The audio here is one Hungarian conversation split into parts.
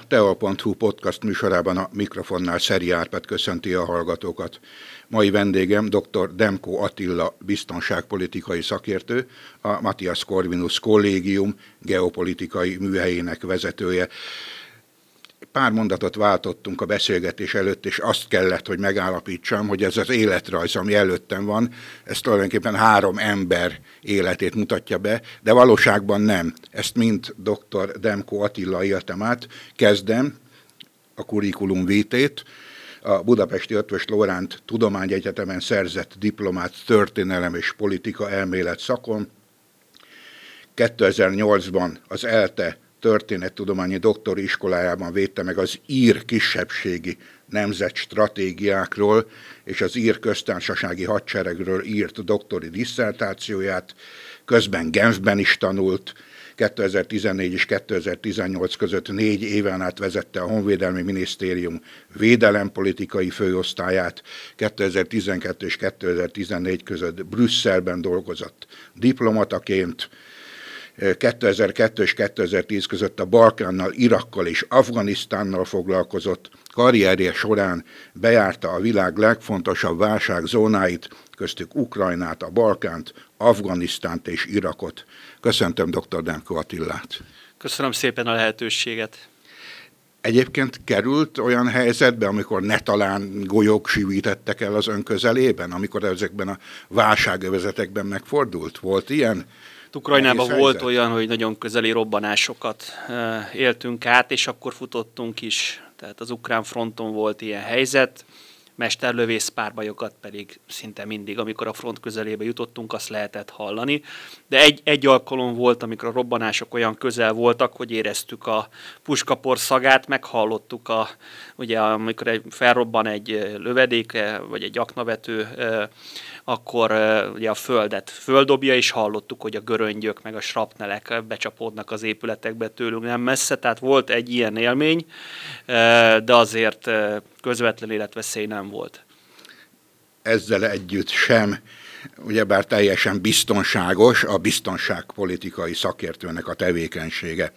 teol.hu podcast műsorában a mikrofonnál Szeri Árpád köszönti a hallgatókat. Mai vendégem dr. Demko Attila biztonságpolitikai szakértő, a Matthias Corvinus Kollégium geopolitikai műhelyének vezetője. Pár mondatot váltottunk a beszélgetés előtt, és azt kellett, hogy megállapítsam, hogy ez az életrajz, ami előttem van, ez tulajdonképpen 3 ember életét mutatja be, de valóságban nem. Ezt mind dr. Demko Attila éltem át. Kezdem a curriculum vitét. A Budapesti Eötvös Loránd Tudományegyetemen szerzett diplomát történelem és politika elmélet szakon. 2008-ban az ELTE történettudományi doktori iskolájában védte meg az ír kisebbségi nemzetstratégiákról és az ír köztársasági hadseregről írt doktori disszertációját, közben Genfben is tanult, 2014 és 2018 között 4 éven át vezette a Honvédelmi Minisztérium védelempolitikai főosztályát, 2012 és 2014 között Brüsszelben dolgozott diplomataként, 2002 és 2010 között a Balkánnal, Irakkal és Afganisztánnal foglalkozott, karrierje során bejárta a világ legfontosabb válságzónáit, köztük Ukrajnát, a Balkánt, Afganisztánt és Irakot. Köszöntöm dr. Demko Attilát. Köszönöm szépen a lehetőséget. Egyébként került olyan helyzetbe, amikor ne talán golyók sívítettek el az ön közelében, amikor ezekben a válságövezetekben megfordult? Volt ilyen? Ukrajnában volt olyan, hogy nagyon közeli robbanásokat éltünk át, és akkor futottunk is. Tehát az ukrán fronton volt ilyen helyzet, mesterlövész párbajokat pedig szinte mindig, amikor a front közelébe jutottunk, azt lehetett hallani. De egy alkalom volt, amikor a robbanások olyan közel voltak, hogy éreztük a puskapor szagát, meghallottuk, ugye amikor felrobban egy lövedék, vagy egy aknavető, akkor ugye a földet földobja, és hallottuk, hogy a göröngyök meg a srapnelek becsapódnak az épületekbe tőlünk nem messze, tehát volt egy ilyen élmény, de azért közvetlen életveszély nem volt. Ezzel együtt sem, ugyebár teljesen biztonságos a biztonságpolitikai szakértőnek a tevékenysége.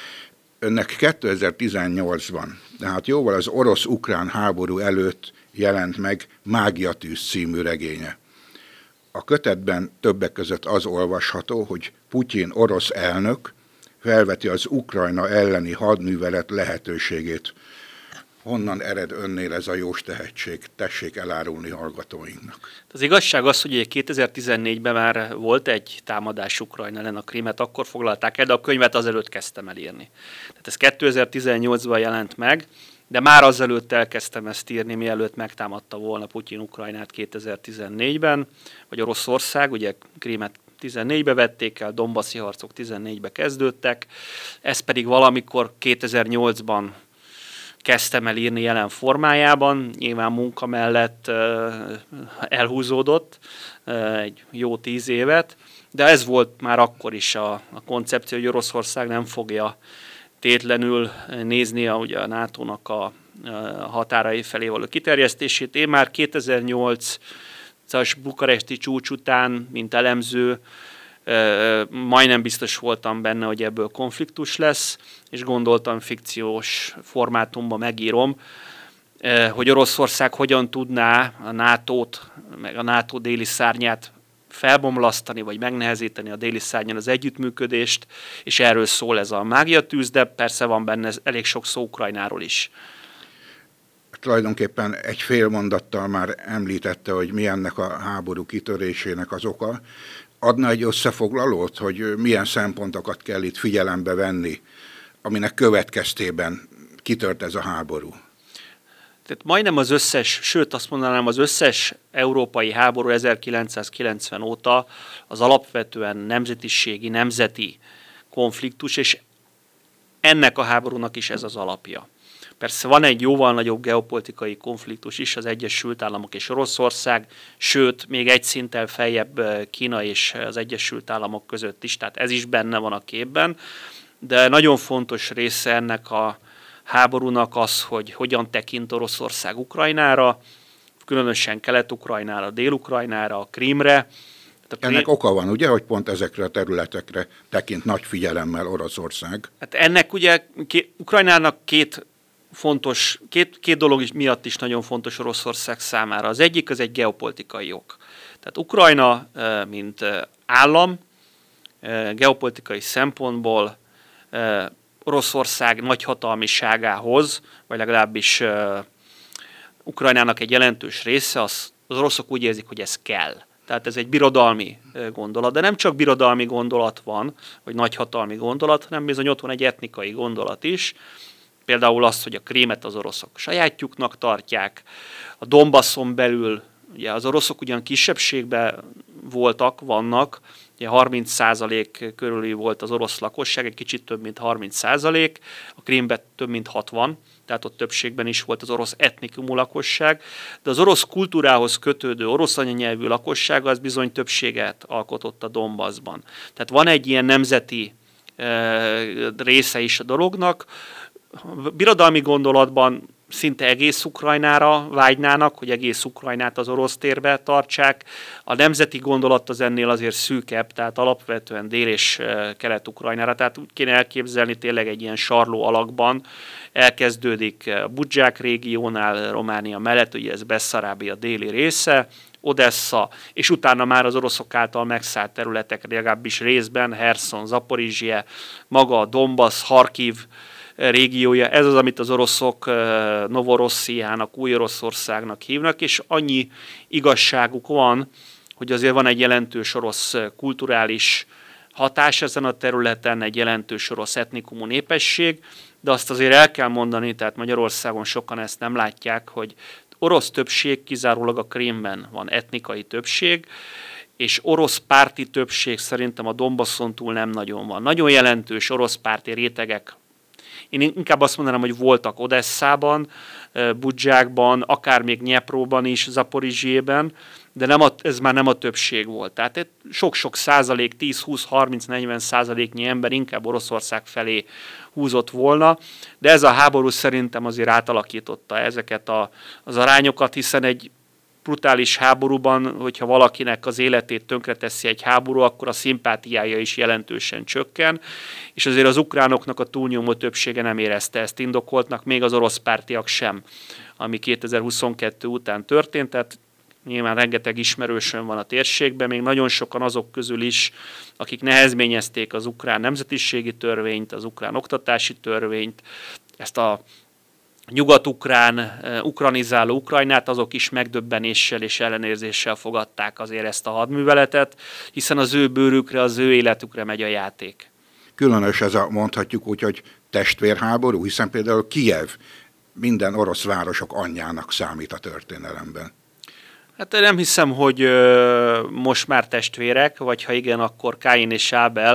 Önnek 2018-ban, tehát jóval az orosz-ukrán háború előtt jelent meg Mágiatűz című regénye. A kötetben többek között az olvasható, hogy Putyin orosz elnök felveti az Ukrajna elleni hadművelet lehetőségét. Honnan ered önnél ez a jós tehetség? Tessék elárulni hallgatóinknak. Az igazság az, hogy 2014-ben már volt egy támadás Ukrajna ellen, a Krímet akkor foglalták el, de a könyvet azelőtt kezdtem el írni. Tehát ez 2018-ban jelent meg, de már azelőtt elkezdtem ezt írni, mielőtt megtámadta volna Putyin Ukrajnát 2014-ben, vagy Oroszország, ugye Krímet 14-be vették el, Donbassi harcok 14-be kezdődtek, ez pedig valamikor 2008-ban kezdtem el írni jelen formájában, nyilván munka mellett elhúzódott egy jó 10 évet, de ez volt már akkor is a koncepció, hogy Oroszország nem fogja tétlenül nézni ugye a NATO-nak a határai felé való kiterjesztését. Én már 2008-as bukaresti csúcs után, mint elemző, majdnem biztos voltam benne, hogy ebből konfliktus lesz, és gondoltam, fikciós formátumban megírom, hogy Oroszország hogyan tudná a NATO-t, meg a NATO déli szárnyát felbomlasztani, vagy megnehezíteni a déli szárnyon az együttműködést, és erről szól ez a Mágiatűz, de persze van benne elég sok szó Ukrajnáról is. Tulajdonképpen egy fél mondattal már említette, hogy mi ennek a háború kitörésének az oka. Adna egy összefoglalót, hogy milyen szempontokat kell itt figyelembe venni, aminek következtében kitört ez a háború? Tehát majdnem az összes, sőt azt mondanám, az összes európai háború 1990 óta az alapvetően nemzetiségi, nemzeti konfliktus, és ennek a háborúnak is ez az alapja. Persze van egy jóval nagyobb geopolitikai konfliktus is, az Egyesült Államok és Oroszország, sőt, még egy szinttel feljebb Kína és az Egyesült Államok között is, tehát ez is benne van a képben, de nagyon fontos része ennek a háborúnak az, hogy hogyan tekint Oroszország Ukrajnára, különösen Kelet-Ukrajnára, Dél-Ukrajnára, a Krímre. Ennek oka van, ugye, hogy pont ezekre a területekre tekint nagy figyelemmel Oroszország? Hát ennek ugye Ukrajnának két dolog miatt is nagyon fontos Oroszország számára. Az egyik az egy geopolitikai ok. Tehát Ukrajna, mint állam, geopolitikai szempontból Oroszország nagyhatalmiságához, vagy legalábbis Ukrajnának egy jelentős része, az oroszok úgy érzik, hogy ez kell. Tehát ez egy birodalmi gondolat, de nem csak birodalmi gondolat van, vagy nagyhatalmi gondolat, hanem bizony ott van egy etnikai gondolat is. Például az, hogy a Krímet az oroszok sajátjuknak tartják, a Donbaszon belül, ugye az oroszok ugyan kisebbségben vannak, ugye 30% körül volt az orosz lakosság, egy kicsit több mint 30%, a Krímben több mint 60%, tehát ott többségben is volt az orosz etnikumú lakosság, de az orosz kultúrához kötődő orosz anyanyelvű lakosság az bizony többséget alkotott a Donbaszban. Tehát van egy ilyen nemzeti része is a dolognak. Birodalmi gondolatban szinte egész Ukrajnára vágynának, hogy egész Ukrajnát az orosz térbe tartsák. A nemzeti gondolat az ennél azért szűkebb, tehát alapvetően Dél- és Kelet-Ukrajnára. Tehát úgy kéne elképzelni tényleg egy ilyen sarló alakban. Elkezdődik a Budzsák régiónál, Románia mellett, ugye ez Besszarábia déli része, Odessa, és utána már az oroszok által megszállt területek, legalábbis részben, Herszon, Zaporizhzhia, maga a Donbasz, Harkiv régiója, ez az, amit az oroszok Novorossziának, új Oroszországnak hívnak, és annyi igazságuk van, hogy azért van egy jelentős orosz kulturális hatás ezen a területen, egy jelentős orosz etnikumú népesség, de azt azért el kell mondani, tehát Magyarországon sokan ezt nem látják, hogy orosz többség kizárólag a Krímben van etnikai többség, és orosz párti többség szerintem a Donbaszon túl nem nagyon van. Nagyon jelentős orosz párti rétegek. Én inkább azt mondanám, hogy voltak Odesszában, Budzsákban, akár még Nyepróban is, Zaporizhzsiében, de ez már nem a többség volt. Tehát sok-sok százalék, 10-20-30-40%-nyi ember inkább Oroszország felé húzott volna, de ez a háború szerintem azért átalakította ezeket az arányokat, hiszen egy brutális háborúban, hogyha valakinek az életét tönkreteszi egy háború, akkor a szimpátiája is jelentősen csökken, és azért az ukránoknak a túlnyomó többsége nem érezte ezt indokoltnak, még az orosz pártiak sem, ami 2022 után történt, tehát nyilván rengeteg ismerősön van a térségben, még nagyon sokan azok közül is, akik nehezményezték az ukrán nemzetiségi törvényt, az ukrán oktatási törvényt, ezt a nyugat-ukrán, ukranizáló Ukrajnát, azok is megdöbbenéssel és ellenérzéssel fogadták azért ezt a hadműveletet, hiszen az ő bőrükre, az ő életükre megy a játék. Különös ez a, mondhatjuk úgy, hogy testvérháború, hiszen például Kijev minden orosz városok anyjának számít a történelemben. Hát nem hiszem, hogy most már testvérek, vagy ha igen, akkor Káin és Ábel.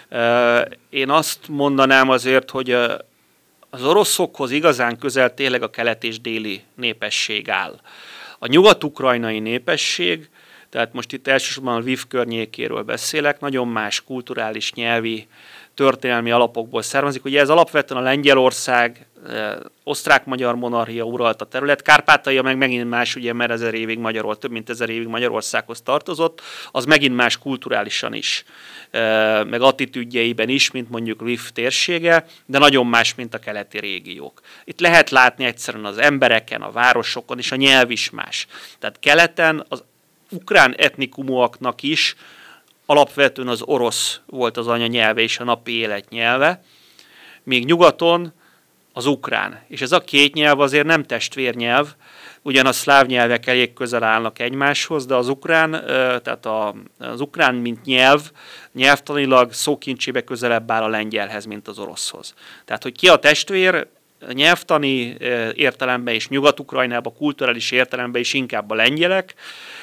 Én azt mondanám azért, hogy az oroszokhoz igazán közel tényleg a kelet és déli népesség áll. A nyugat-ukrajnai népesség, tehát most itt elsősorban a Lviv környékéről beszélek, nagyon más kulturális, nyelvi, történelmi alapokból származik. Ugye ez alapvetően a Lengyelország, osztrák-magyar monarchia uralta terület, Kárpátalja meg megint más, ugye, mert több mint 1000 évig Magyarországhoz tartozott, az megint más kulturálisan is, meg attitűdjeiben is, mint mondjuk Lviv térsége, de nagyon más, mint a keleti régiók. Itt lehet látni egyszerűen az embereken, a városokon, és a nyelv is más. Tehát keleten az ukrán etnikumúaknak is alapvetően az orosz volt az anyanyelve és a napi élet nyelve, míg nyugaton az ukrán. És ez a két nyelv azért nem testvérnyelv, ugyan a szláv nyelvek elég közel állnak egymáshoz, de az ukrán, tehát az ukrán mint nyelvtanilag szókincsébe közelebb áll a lengyelhez, mint az oroszhoz. Tehát, hogy ki a testvér, nyelvtani értelemben és Nyugat-Ukrajnában, kulturális értelemben is inkább a lengyelek,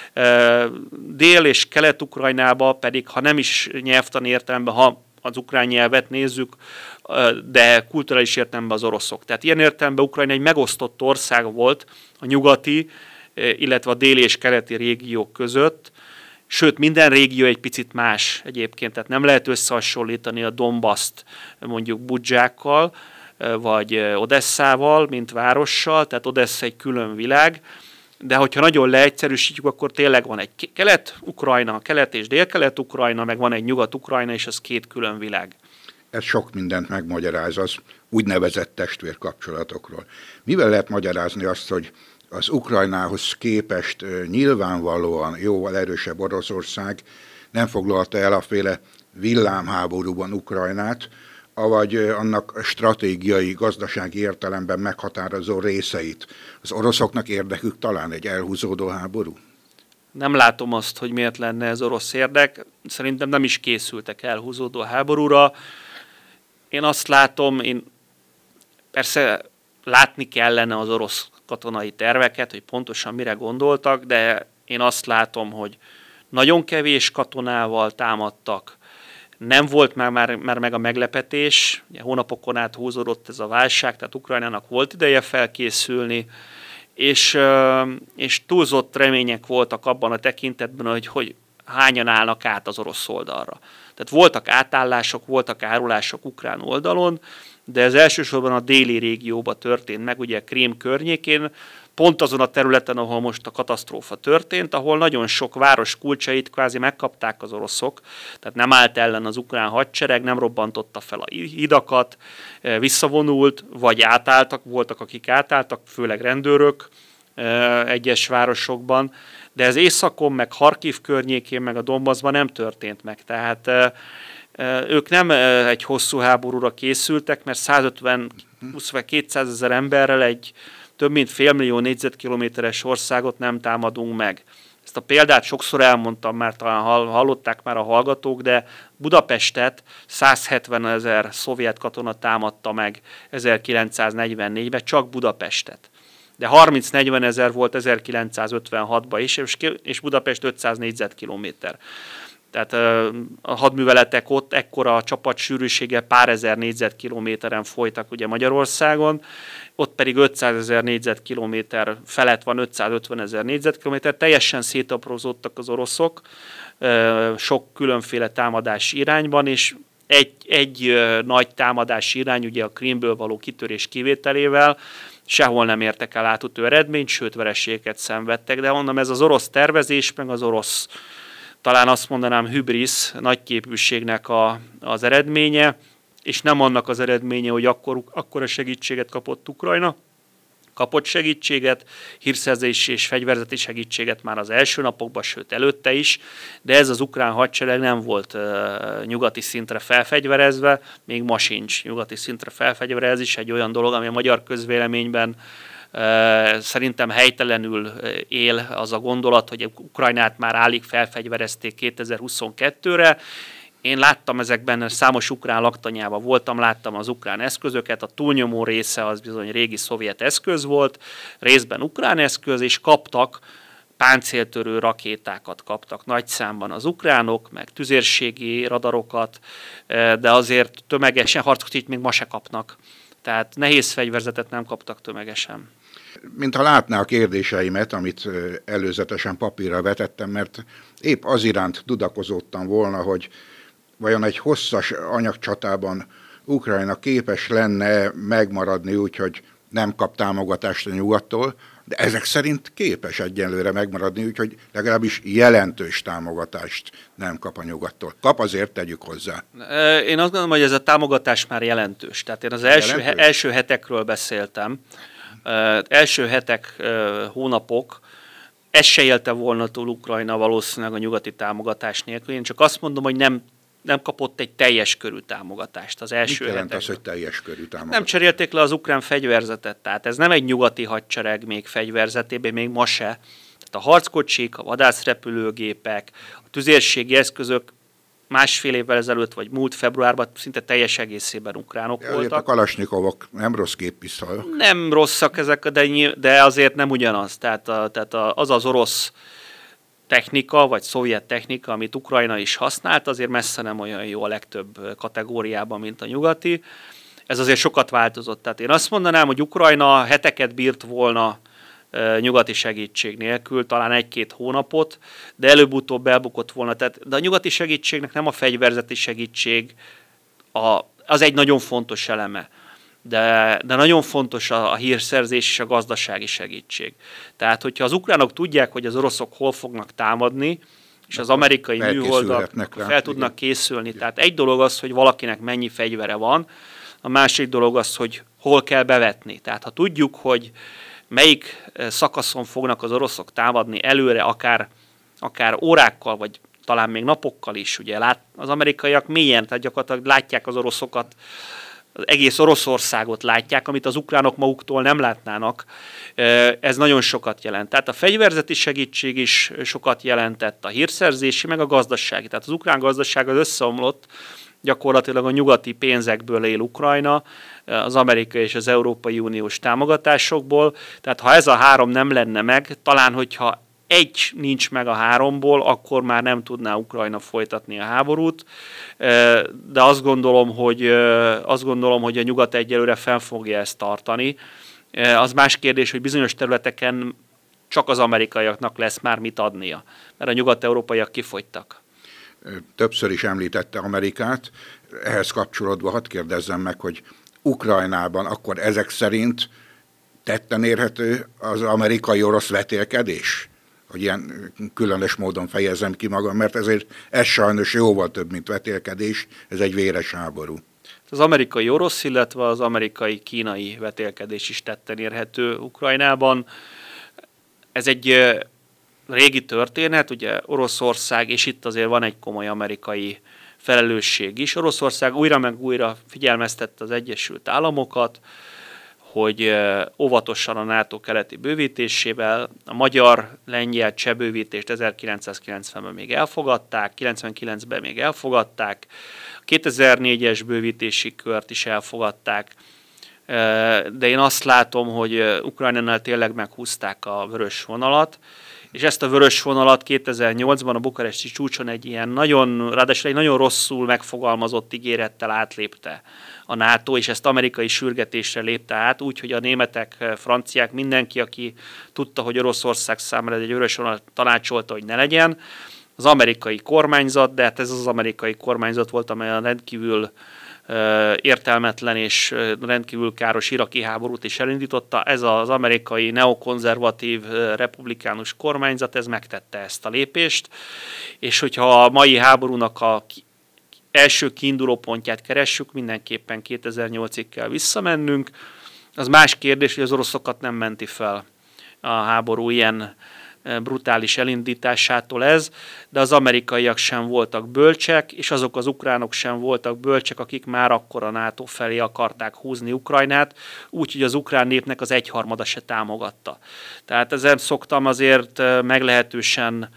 Dél- és Kelet-Ukrajnában pedig, ha nem is nyelvtani értelemben, ha az ukrán nyelvet nézzük, de kulturális értelemben az oroszok. Tehát ilyen értelemben Ukrajna egy megosztott ország volt a nyugati, illetve a déli és keleti régiók között, sőt, minden régió egy picit más egyébként, tehát nem lehet összehasonlítani a Donbaszt mondjuk Budzsákkal, vagy Odesszával, mint várossal, tehát Odessa egy külön világ, de hogyha nagyon leegyszerűsítjük, akkor tényleg van egy Kelet-Ukrajna, Kelet- és Dél-Kelet-Ukrajna, meg van egy Nyugat-Ukrajna, és az két külön világ. Ez sok mindent megmagyaráz az úgynevezett testvérkapcsolatokról. Mivel lehet magyarázni azt, hogy az Ukrajnához képest nyilvánvalóan jóval erősebb Oroszország nem foglalta el aféle villámháborúban Ukrajnát, avagy annak stratégiai, gazdasági értelemben meghatározó részeit? Az oroszoknak érdekük talán egy elhúzódó háború? Nem látom azt, hogy miért lenne ez orosz érdek. Szerintem nem is készültek elhúzódó háborúra. Én azt látom, persze látni kellene az orosz katonai terveket, hogy pontosan mire gondoltak, de én azt látom, hogy nagyon kevés katonával támadtak. Nem volt már meg a meglepetés, hónapokon át húzódott ez a válság, tehát Ukrajnának volt ideje felkészülni, és túlzott remények voltak abban a tekintetben, hogy hányan állnak át az orosz oldalra. Tehát voltak átállások, voltak árulások ukrán oldalon, de ez elsősorban a déli régióban történt meg, ugye Krím környékén, pont azon a területen, ahol most a katasztrófa történt, ahol nagyon sok város kulcsait kvázi megkapták az oroszok, tehát nem állt ellen az ukrán hadsereg, nem robbantotta fel a hidakat, visszavonult, vagy átálltak, voltak akik átálltak, főleg rendőrök egyes városokban, de ez északon, meg Harkiv környékén, meg a Donbaszban nem történt meg, tehát ők nem egy hosszú háborúra készültek, mert 150-200 ezer emberrel egy több mint 500 000 négyzetkilométeres országot nem támadunk meg. Ezt a példát sokszor elmondtam, már talán hallották már a hallgatók, de Budapestet 170 000 szovjet katona támadta meg 1944-ben, csak Budapestet. De 30-40 ezer volt 1956-ban is, és Budapest 500 négyzetkilométer. Tehát a hadműveletek ott ekkora csapatsűrűsége pár ezer négyzetkilométeren folytak ugye Magyarországon, ott pedig 500 000 négyzetkilométer felett van, 550 000 négyzetkilométer, teljesen szétaprózódtak az oroszok, sok különféle támadási irányban, és egy nagy támadási irány, ugye a Krímből való kitörés kivételével, sehol nem értek el átutó eredményt, sőt vereségeket szenvedtek, de mondom, ez az orosz tervezés, meg az orosz, talán azt mondanám, hübrisz nagyképűségnek az eredménye, és nem annak az eredménye, hogy akkora segítséget kapott Ukrajna. Kapott segítséget, hírszerzési és fegyverzeti segítséget már az első napokban, sőt előtte is, de ez az ukrán hadsereg nem volt nyugati szintre felfegyverezve, még ma sincs nyugati szintre felfegyverezve, ez is egy olyan dolog, ami a magyar közvéleményben szerintem helytelenül él az a gondolat, hogy Ukrajnát már állig felfegyverezték 2022-re. Én láttam ezekben, számos ukrán laktanyában voltam, láttam az ukrán eszközöket, a túlnyomó része az bizony régi szovjet eszköz volt, részben ukrán eszköz, és kaptak páncéltörő rakétákat kaptak nagy számban az ukránok, meg tüzérségi radarokat, de azért tömegesen harckocsit még ma se kapnak. Tehát nehéz fegyverzetet nem kaptak tömegesen. Mintha látná a kérdéseimet, amit előzetesen papírra vetettem, mert épp az iránt tudakozottam volna, hogy vajon egy hosszas anyagcsatában Ukrajna képes lenne megmaradni úgy, hogy nem kap támogatást a nyugattól, de ezek szerint képes egyenlőre megmaradni, úgyhogy legalábbis jelentős támogatást nem kap a nyugattól. Kap, azért tegyük hozzá. Én azt gondolom, hogy ez a támogatás már jelentős. Tehát én az első hetekről beszéltem. Első hetek, hónapok, ez se élte volna túl Ukrajna valószínűleg a nyugati támogatás nélkül. Én csak azt mondom, hogy nem kapott egy teljes körű támogatást az első hetekben. Mit jelent az, hogy teljes körű támogatást? Nem cserélték le az ukrán fegyverzetet, tehát ez nem egy nyugati hadsereg még fegyverzetében, még ma se. Tehát a harckocsik, a vadászrepülőgépek, a tüzérségi eszközök másfél évvel ezelőtt, vagy múlt februárban szinte teljes egészében ukránok voltak. A kalasnyikovok nem rossz géppisztolyok. Nem rosszak ezek, de azért nem ugyanaz. Tehát az orosz technika, vagy szovjet technika, amit Ukrajna is használt, azért messze nem olyan jó a legtöbb kategóriában, mint a nyugati. Ez azért sokat változott. Tehát én azt mondanám, hogy Ukrajna heteket bírt volna nyugati segítség nélkül, talán 1-2 hónapot, de előbb-utóbb elbukott volna. De a nyugati segítségnek nem a fegyverzeti segítség, az egy nagyon fontos eleme. de nagyon fontos a hírszerzés és a gazdasági segítség. Tehát, hogyha az ukránok tudják, hogy az oroszok hol fognak támadni, és az amerikai műholdak fel tudnak készülni. Tehát egy dolog az, hogy valakinek mennyi fegyvere van, a másik dolog az, hogy hol kell bevetni. Tehát ha tudjuk, hogy melyik szakaszon fognak az oroszok támadni előre, akár órákkal, vagy talán még napokkal is, ugye az amerikaiak mélyen, tehát gyakorlatilag látják az oroszokat, az egész Oroszországot látják, amit az ukránok maguktól nem látnának. Ez nagyon sokat jelent. Tehát a fegyverzeti segítség is sokat jelentett, a hírszerzési, meg a gazdasági. Tehát az ukrán gazdaság az összeomlott, gyakorlatilag a nyugati pénzekből él Ukrajna, az amerikai és az Európai Uniós támogatásokból. Tehát ha ez a három nem lenne meg, talán hogyha egy nincs meg a háromból, akkor már nem tudná Ukrajna folytatni a háborút, de azt gondolom, hogy a nyugat egyelőre fenn fogja ezt tartani. Az más kérdés, hogy bizonyos területeken csak az amerikaiaknak lesz már mit adnia, mert a nyugat-európaiak kifogytak. Többször is említette Amerikát, ehhez kapcsolódva hadd kérdezzem meg, hogy Ukrajnában akkor ezek szerint tetten érhető az amerikai-orosz vetélkedés? Hogy ilyen különös módon fejezem ki magam, mert ez sajnos jóval több, mint vetélkedés, ez egy véres háború. Az amerikai-orosz, illetve az amerikai-kínai vetélkedés is tetten érhető Ukrajnában. Ez egy régi történet, ugye Oroszország, és itt azért van egy komoly amerikai felelősség is. Oroszország újra meg újra figyelmeztette az Egyesült Államokat, hogy óvatosan a NATO keleti bővítésével, a magyar-lengyel cseh bővítést 1990-ben még elfogadták, 99-ben még elfogadták, a 2004-es bővítési kört is elfogadták, de én azt látom, hogy Ukrajnánál tényleg meghúzták a vörös vonalat, és ezt a vörös vonalat 2008-ban a bukaresti csúcson ráadásul egy nagyon rosszul megfogalmazott ígérettel átlépte a NATO, és ezt amerikai sürgetésre lépte át, úgyhogy a németek, franciák, mindenki, aki tudta, hogy Oroszország számára egy vörös vonal, tanácsolta, hogy ne legyen. Az amerikai kormányzat, de hát ez az amerikai kormányzat volt, amely a rendkívül értelmetlen és rendkívül káros iraki háborút is elindította. Ez az amerikai neokonzervatív republikánus kormányzat, ez megtette ezt a lépést, és hogyha a mai háborúnak a első kiinduló pontját keressük, mindenképpen 2008-ig kell visszamennünk. Az más kérdés, hogy az oroszokat nem menti fel a háború ilyen brutális elindításától ez, de az amerikaiak sem voltak bölcsek, és azok az ukránok sem voltak bölcsek, akik már akkor a NATO felé akarták húzni Ukrajnát, úgyhogy az ukrán népnek az egyharmada se támogatta. Tehát ezen szoktam azért meglehetősen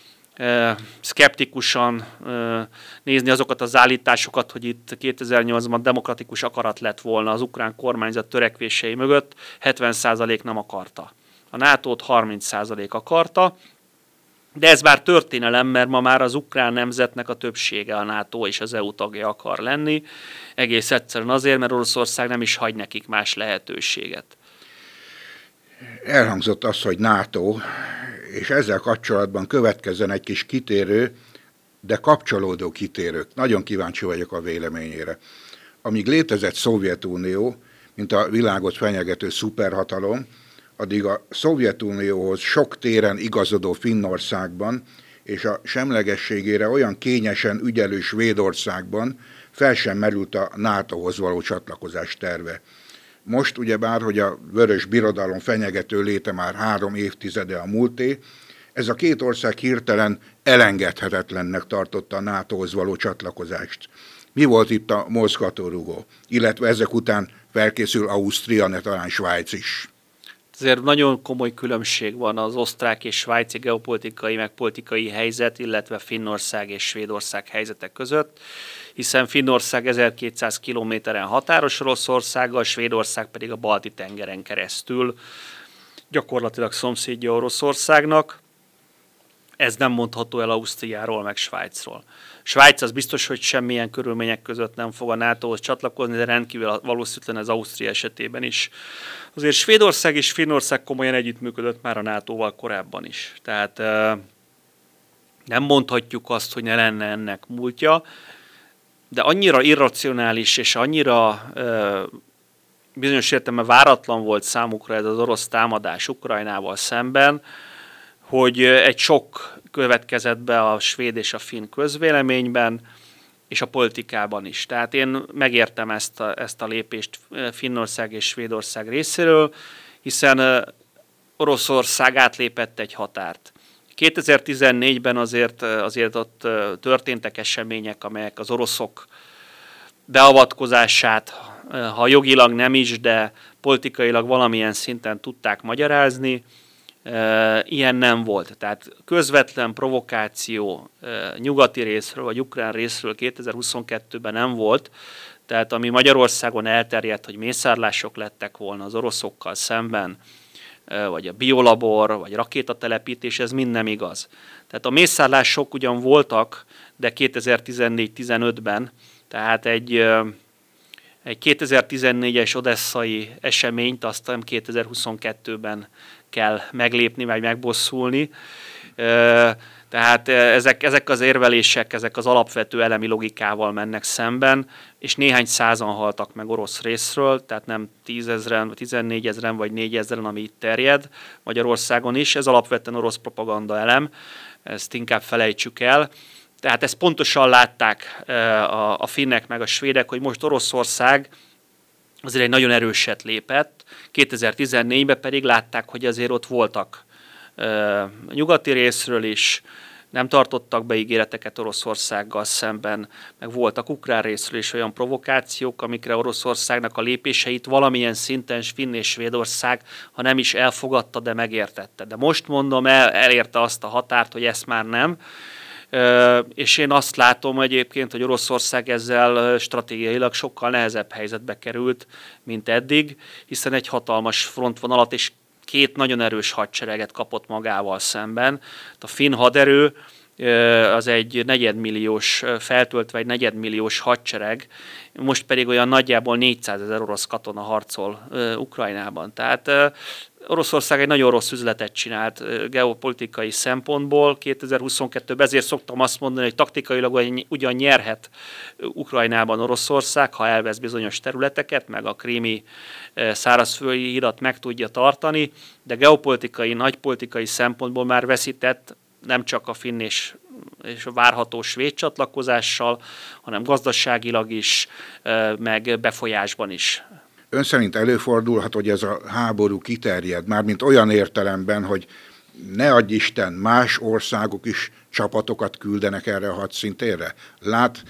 szkeptikusan nézni azokat az állításokat, hogy itt 2008-ban demokratikus akarat lett volna az ukrán kormányzat törekvései mögött, 70% nem akarta. A NATO-t 30% akarta, de ez már történelem, mert ma már az ukrán nemzetnek a többsége a NATO és az EU tagja akar lenni, egész egyszerűen azért, mert Oroszország nem is hagy nekik más lehetőséget. Elhangzott az, hogy NATO, és ezzel kapcsolatban következzen egy kis kitérő, de kapcsolódó kitérők. Nagyon kíváncsi vagyok a véleményére. Amíg létezett Szovjetunió, mint a világot fenyegető szuperhatalom, addig a Szovjetunióhoz sok téren igazodó Finnországban és a semlegességére olyan kényesen ügyelő Svédországban fel sem merült a NATO-hoz való csatlakozás terve. Most ugyebár, hogy a vörös birodalom fenyegető léte már 3 évtizede a múlté, ez a két ország hirtelen elengedhetetlennek tartotta a NATO-hoz való csatlakozást. Mi volt itt a mozgatórugó? Illetve ezek után felkészül Ausztria, ne talán Svájc is. Azért nagyon komoly különbség van az osztrák és svájci geopolitikai meg politikai helyzet, illetve Finnország és Svédország helyzetek között, hiszen Finnország 1200 kilométeren határos Oroszországgal, Svédország pedig a Balti-tengeren keresztül gyakorlatilag szomszédja Oroszországnak. Ez nem mondható el Ausztriáról meg Svájcról. Svájc az biztos, hogy semmilyen körülmények között nem fog a NATO-hoz csatlakozni, de rendkívül valószínűleg ez Ausztria esetében is. Azért Svédország és Finnország komolyan együttműködött már a NATO-val korábban is. Tehát nem mondhatjuk azt, hogy ne lenne ennek múltja, de annyira irracionális és annyira bizonyos értelemben váratlan volt számukra ez az orosz támadás Ukrajnával szemben, hogy egy sok következett be a svéd és a finn közvéleményben, és a politikában is. Tehát én megértem ezt a lépést Finnország és Svédország részéről, hiszen Oroszország átlépett egy határt. 2014-ben azért ott történtek események, amelyek az oroszok beavatkozását, ha jogilag nem is, de politikailag valamilyen szinten tudták magyarázni. Ilyen nem volt. Tehát közvetlen provokáció nyugati részről, vagy ukrán részről 2022-ben nem volt. Tehát ami Magyarországon elterjedt, hogy mészárlások lettek volna az oroszokkal szemben, vagy a biolabor, vagy rakétatelepítés, ez mind nem igaz. Tehát a mészárlások ugyan voltak, de 2014-15-ben, tehát egy 2014-es odesszai eseményt aztán 2022-ben kell meglépni, vagy megbosszulni. Tehát ezek az érvelések, ezek az alapvető elemi logikával mennek szemben, és néhány százan haltak meg orosz részről, tehát nem 10 000, 14 000 vagy 4 000, ami itt terjed Magyarországon is. Ez alapvetően orosz propaganda elem, ezt inkább felejtsük el. Tehát ezt pontosan látták a finnek meg a svédek, hogy most Oroszország azért egy nagyon erőset lépett, 2014-ben pedig látták, hogy azért ott voltak nyugati részről is, nem tartottak be ígéreteket Oroszországgal szemben, meg voltak ukrán részről is olyan provokációk, amikre Oroszországnak a lépéseit valamilyen szinten Finn és Svédország, ha nem is elfogadta, de megértette. De most mondom, elérte azt a határt, hogy ezt már nem. És én azt látom egyébként, hogy Oroszország ezzel stratégiailag sokkal nehezebb helyzetbe került, mint eddig, hiszen egy hatalmas frontvonalat és két nagyon erős hadsereget kapott magával szemben. A finn haderő az egy negyedmilliós, feltöltve egy negyedmilliós hadsereg, most pedig olyan nagyjából 400 000 orosz katona harcol Ukrajnában. Tehát Oroszország egy nagyon rossz üzletet csinált geopolitikai szempontból 2022-ben, ezért szoktam azt mondani, hogy taktikailag ugyan nyerhet Ukrajnában Oroszország, ha elvesz bizonyos területeket, meg a krími szárazföldi hidat meg tudja tartani, de geopolitikai, nagypolitikai szempontból már veszített, nem csak a finn és a várható svéd csatlakozással, hanem gazdaságilag is, meg befolyásban is. Ön szerint előfordulhat, hogy ez a háború kiterjed, mármint olyan értelemben, hogy ne adj Isten, más országok is csapatokat küldenek erre a hadszintérre? Lát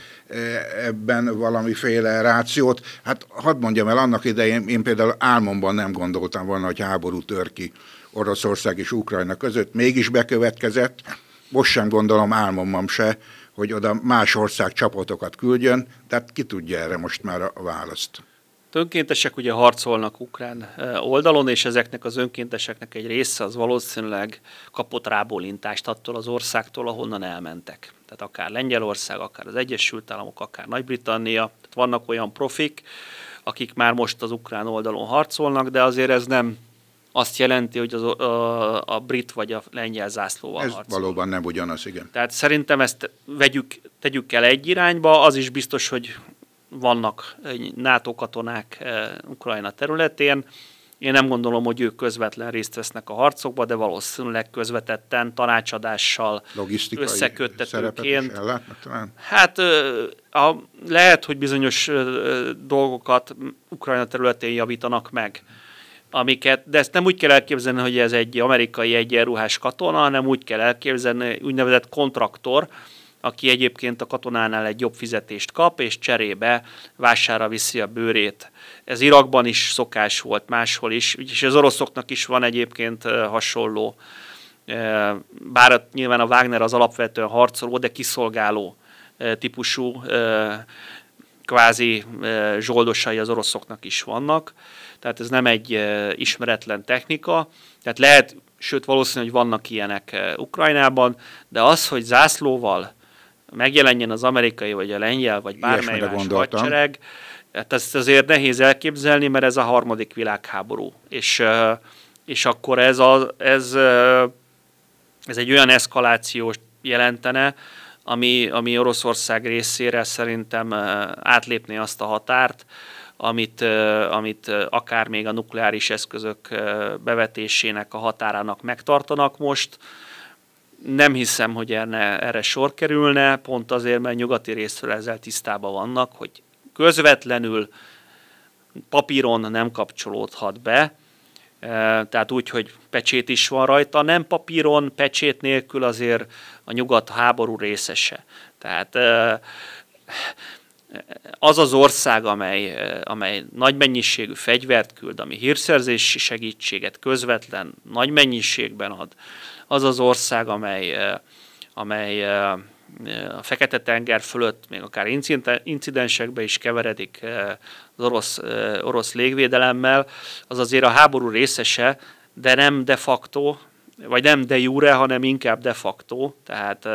ebben valamiféle rációt? Hát hadd mondjam el, annak idején én például álmomban nem gondoltam volna, hogy háború tör ki Oroszország és Ukrajna között. Mégis bekövetkezett. Most sem gondolom álmomban se, hogy oda más ország csapatokat küldjön, tehát ki tudja erre most már a választ? Önkéntesek ugye harcolnak ukrán oldalon, és ezeknek az önkénteseknek egy része az valószínűleg kapott rábólintást attól az országtól, ahonnan elmentek. Tehát akár Lengyelország, akár az Egyesült Államok, akár Nagy-Britannia. Tehát vannak olyan profik, akik már most az ukrán oldalon harcolnak, de azért ez nem azt jelenti, hogy a brit vagy a lengyel zászlóval harcolnak. Ez valóban nem ugyanaz, igen. Tehát szerintem ezt tegyük el egy irányba, az is biztos, hogy vannak NATO katonák Ukrajna területén. Én nem gondolom, hogy ők közvetlen részt vesznek a harcokba, de valószínűleg közvetetten, tanácsadással, összeköttetőként. Hát lehet, hogy bizonyos dolgokat Ukrajna területén javítanak meg, de ezt nem úgy kell elképzelni, hogy ez egy amerikai egyenruhás katona, hanem úgy kell elképzelni, úgynevezett kontraktor, aki egyébként a katonánál egy jobb fizetést kap, és cserébe vásárra viszi a bőrét. Ez Irakban is szokás volt, máshol is, és az oroszoknak is van egyébként hasonló, bár nyilván a Wagner az alapvetően harcoló, de kiszolgáló típusú kvázi zsoldosai az oroszoknak is vannak. Tehát ez nem egy ismeretlen technika, tehát lehet, sőt valószínű, hogy vannak ilyenek Ukrajnában, de az, hogy zászlóval megjelenjen az amerikai, vagy a lengyel, vagy bármely más hadsereg, hát ezt azért nehéz elképzelni, mert ez a harmadik világháború. És akkor ez egy olyan eszkalációt jelentene, ami Oroszország részére szerintem átlépné azt a határt, amit akár még a nukleáris eszközök bevetésének a határának megtartanak most. Nem hiszem, hogy erre sor kerülne, pont azért, mert nyugati részről ezzel tisztában vannak, hogy közvetlenül papíron nem kapcsolódhat be, tehát úgy, hogy pecsét is van rajta, nem papíron, pecsét nélkül azért a nyugat háború részese. Tehát az az ország, amely nagy mennyiségű fegyvert küld, ami hírszerzési segítséget közvetlen nagy mennyiségben ad, az az ország, amely a Fekete-tenger fölött még akár incidensekbe is keveredik az orosz légvédelemmel, az azért a háború részese, de nem de facto, vagy nem de jure, hanem inkább de facto. Tehát,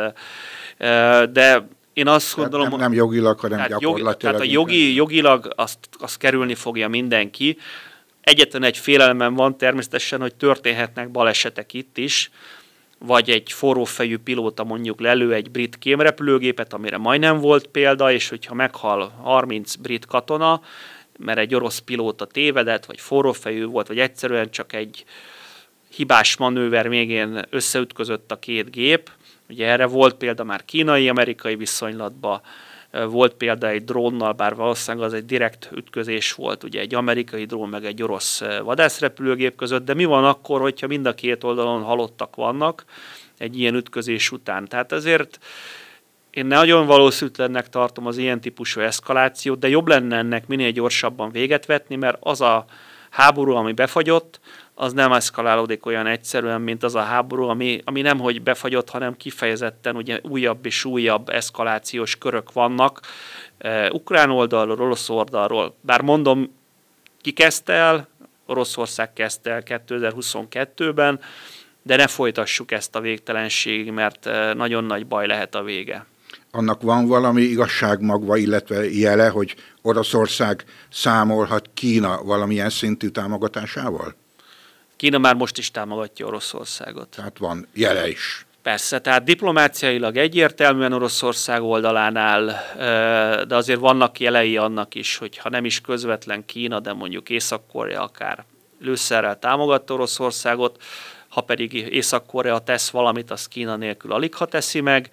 de én azt gondolom... Nem jogilag, hanem gyakorlatilag. Tehát jogilag azt kerülni fogja mindenki. Egyetlen egy félelmem van természetesen, hogy történhetnek balesetek itt is, vagy egy forrófejű pilóta mondjuk lelő egy brit kémrepülőgépet, amire majdnem volt példa, és hogyha meghal 30 brit katona, mert egy orosz pilóta tévedett, vagy forrófejű volt, vagy egyszerűen csak egy hibás manőver végén összeütközött a két gép. Ugye erre volt példa már kínai-amerikai viszonylatban, volt példa egy drónnal, bár valószínűleg az egy direkt ütközés volt, ugye egy amerikai drón meg egy orosz vadászrepülőgép között, de mi van akkor, hogyha mind a két oldalon halottak vannak egy ilyen ütközés után? Tehát ezért én nagyon valószínűtlennek tartom az ilyen típusú eszkalációt, de jobb lenne ennek minél gyorsabban véget vetni, mert az a háború, ami befagyott, az nem eszkalálódik olyan egyszerűen, mint az a háború, ami nemhogy befagyott, hanem kifejezetten ugye újabb és újabb eszkalációs körök vannak ukrán oldalról, orosz oldalról. Bár mondom, ki kezdte el, Oroszország kezdte el 2022-ben, de ne folytassuk ezt a végtelenségig, mert nagyon nagy baj lehet a vége. Annak van valami igazságmagva, illetve jele, hogy Oroszország számolhat Kína valamilyen szintű támogatásával? Kína már most is támogatja Oroszországot. Tehát van jele is. Persze, tehát diplomáciailag egyértelműen Oroszország oldalán áll, de azért vannak jelei annak is, hogy ha nem is közvetlen Kína, de mondjuk Észak-Korea akár lőszerrel támogatta Oroszországot, ha pedig Észak-Korea tesz valamit, azt Kína nélkül aligha teszi meg.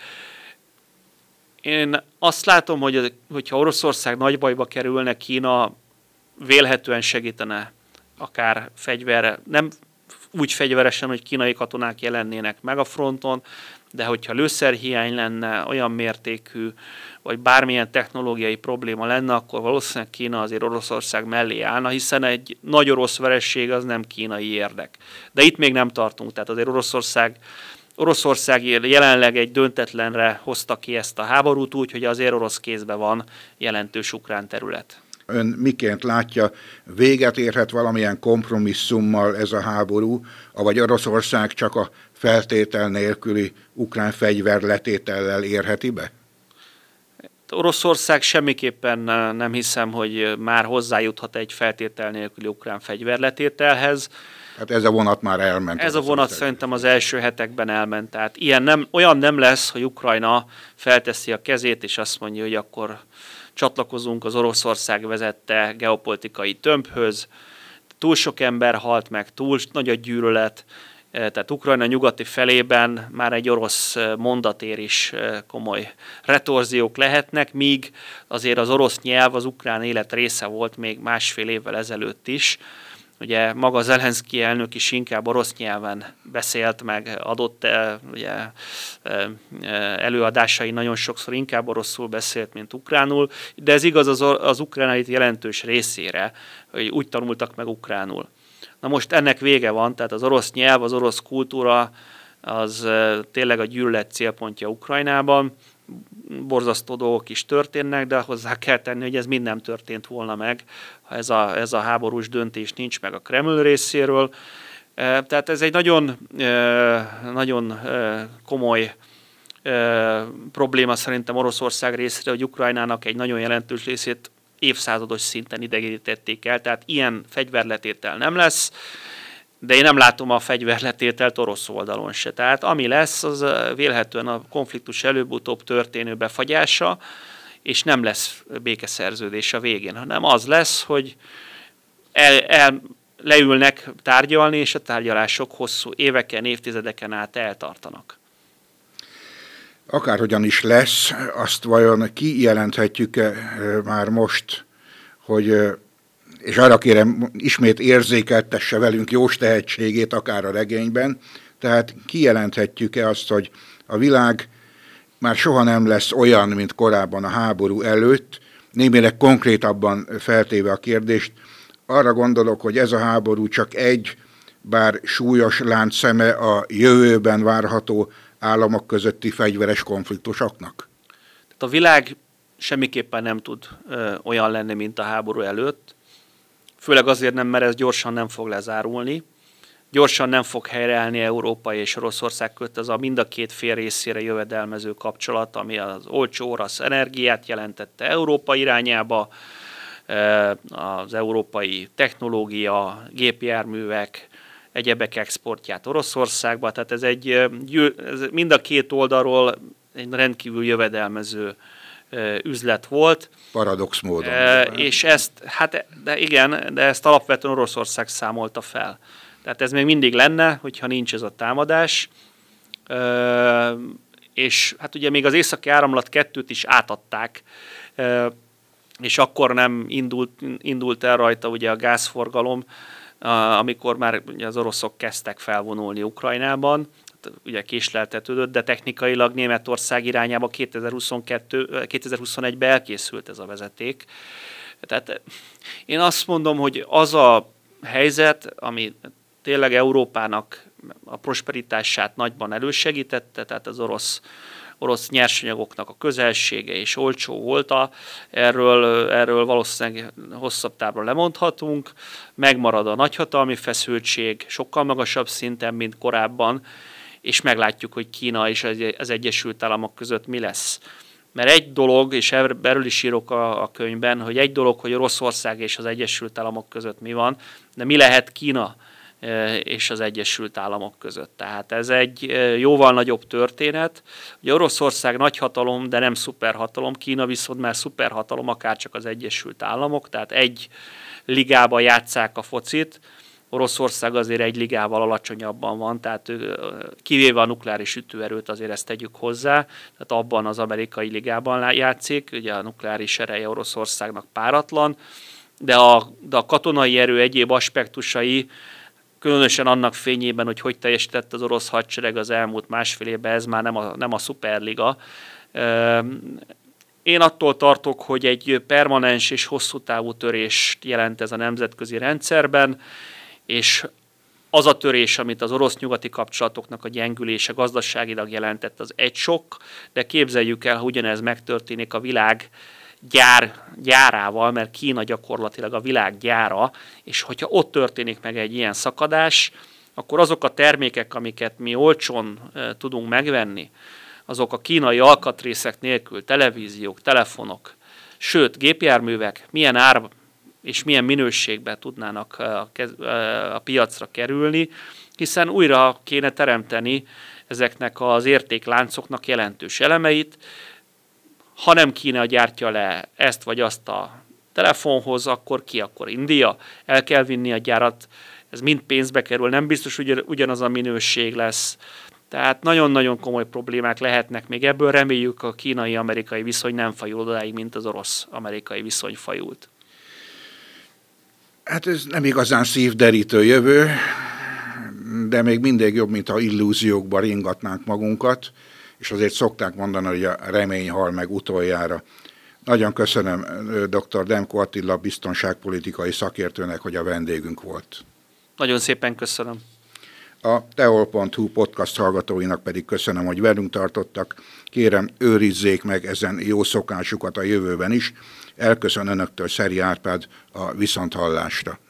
Én azt látom, hogy ha Oroszország nagy bajba kerülne, Kína vélhetően segítene akár fegyverre, nem úgy fegyveresen, hogy kínai katonák jelennének meg a fronton, de hogyha lőszerhiány lenne, olyan mértékű, vagy bármilyen technológiai probléma lenne, akkor valószínűleg Kína azért Oroszország mellé állna, hiszen egy nagy orosz veresség az nem kínai érdek. De itt még nem tartunk, tehát azért Oroszország jelenleg egy döntetlenre hozta ki ezt a háborút úgy, hogy azért orosz kézben van jelentős ukrán terület. Ön miként látja, véget érhet valamilyen kompromisszummal ez a háború, avagy Oroszország csak a feltétel nélküli ukrán fegyver letétellel érheti be? Oroszország semmiképpen nem hiszem, hogy már hozzájuthat egy feltétel nélküli ukrán fegyverletételhez. Hát ez a vonat már elment. Ez a vonat szerintem az első hetekben elment. Tehát olyan nem lesz, hogy Ukrajna felteszi a kezét, és azt mondja, hogy akkor csatlakozunk az Oroszország vezette geopolitikai tömbhöz. Túl sok ember halt meg, túl nagy a gyűlölet, tehát Ukrajna nyugati felében már egy orosz mondatér is komoly retorziók lehetnek, míg azért az orosz nyelv az ukrán élet része volt még másfél évvel ezelőtt is. Ugye maga Zelenszky elnök is inkább orosz nyelven beszélt, meg adott ugye, előadásai nagyon sokszor inkább oroszul beszélt, mint ukránul, de ez igaz az ukrán elit jelentős részére, hogy úgy tanultak meg ukránul. Na most ennek vége van, tehát az orosz nyelv, az orosz kultúra az tényleg a gyűlölet célpontja Ukrajnában. Borzasztó dolgok is történnek, de hozzá kell tenni, hogy ez mind nem történt volna meg, ha ez a háborús döntés nincs meg a Kreml részéről. Tehát ez egy nagyon komoly probléma szerintem Oroszország részére, hogy Ukrajnának egy nagyon jelentős részét évszázados szinten idegenítették el, tehát ilyen fegyverletétel nem lesz, de én nem látom a fegyverletételt orosz oldalon se. Tehát ami lesz, az vélhetően a konfliktus előbb-utóbb történő befagyása, és nem lesz békeszerződés a végén, hanem az lesz, hogy leülnek tárgyalni, és a tárgyalások hosszú éveken, évtizedeken át eltartanak. Akárhogyan is lesz, azt vajon kijelenthetjük-e már most, hogy, és arra kérem, ismét érzékeltesse velünk Jós tehetségét, akár a regényben, tehát kijelenthetjük-e azt, hogy a világ már soha nem lesz olyan, mint korábban a háború előtt, némileg konkrétabban feltéve a kérdést, arra gondolok, hogy ez a háború csak egy, bár súlyos láncszeme a jövőben várható államok közötti fegyveres konfliktusoknak? Tehát a világ semmiképpen nem tud olyan lenni, mint a háború előtt. Főleg azért nem, mert ez gyorsan nem fog lezárulni. Gyorsan nem fog helyreállni Európa és Oroszország között az a mind a két fél részére jövedelmező kapcsolat, ami az olcsó orosz energiát jelentette Európa irányába, az európai technológia, gépjárművek, egyebek exportját Oroszországba, tehát ez mind a két oldalról egy rendkívül jövedelmező üzlet volt. Paradox módon. És de ezt alapvetően Oroszország számolta fel. Tehát ez még mindig lenne, hogyha nincs ez a támadás. És hát ugye még az Északi Áramlat 2-t is átadták, és akkor nem indult el rajta ugye a gázforgalom, amikor már ugye az oroszok kezdtek felvonulni Ukrajnában, ugye késleltetődött, de technikailag Németország irányába 2021-ben elkészült ez a vezeték. Tehát én azt mondom, hogy az a helyzet, ami tényleg Európának a prosperitását nagyban elősegítette, tehát az orosz nyersanyagoknak a közelsége és olcsó volt, erről valószínűleg hosszabb távra lemondhatunk, megmarad a nagyhatalmi feszültség sokkal magasabb szinten, mint korábban, és meglátjuk, hogy Kína és az Egyesült Államok között mi lesz. Mert egy dolog, és erről is írok a könyvben, hogy egy dolog, hogy Oroszország és az Egyesült Államok között mi van, de mi lehet Kína és az Egyesült Államok között. Tehát ez egy jóval nagyobb történet. Ugye Oroszország nagyhatalom, de nem szuperhatalom, Kína viszont már szuperhatalom, akárcsak az Egyesült Államok, tehát egy ligában játsszák a focit, Oroszország azért egy ligával alacsonyabban van, tehát kivéve a nukleáris ütőerőt, azért ezt tegyük hozzá, tehát abban az amerikai ligában játszik, ugye a nukleáris ereje Oroszországnak páratlan, de a katonai erő egyéb aspektusai, különösen annak fényében, hogy teljesített az orosz hadsereg az elmúlt másfél évben, ez már nem a szuperliga. Én attól tartok, hogy egy permanens és hosszú távú törést jelent ez a nemzetközi rendszerben, és az a törés, amit az orosz-nyugati kapcsolatoknak a gyengülése gazdaságilag jelentett, az egy sok, de képzeljük el, hogy ugyanez megtörténik a világ gyárával, mert Kína gyakorlatilag a világ gyára, és hogyha ott történik meg egy ilyen szakadás, akkor azok a termékek, amiket mi olcsón tudunk megvenni, azok a kínai alkatrészek nélkül, televíziók, telefonok, sőt, gépjárművek milyen ár és milyen minőségben tudnának a piacra kerülni, hiszen újra kéne teremteni ezeknek az értékláncoknak jelentős elemeit. Ha nem Kína gyártja le ezt vagy azt a telefonhoz, akkor ki? Akkor India. El kell vinni a gyárat, ez mind pénzbe kerül, nem biztos, hogy ugyanaz a minőség lesz. Tehát nagyon-nagyon komoly problémák lehetnek még ebből. Reméljük, a kínai-amerikai viszony nem fajul odáig, mint az orosz-amerikai viszony fajult. Hát ez nem igazán szívderítő jövő, de még mindig jobb, mint ha illúziókba ringatnánk magunkat, és azért szokták mondani, hogy a remény hal meg utoljára. Nagyon köszönöm dr. Demko Attila biztonságpolitikai szakértőnek, hogy a vendégünk volt. Nagyon szépen köszönöm. A teol.hu podcast hallgatóinak pedig köszönöm, hogy velünk tartottak. Kérem, őrizzék meg ezen jó szokásukat a jövőben is. Elköszön önöktől Szeri Árpád, a viszonthallásra.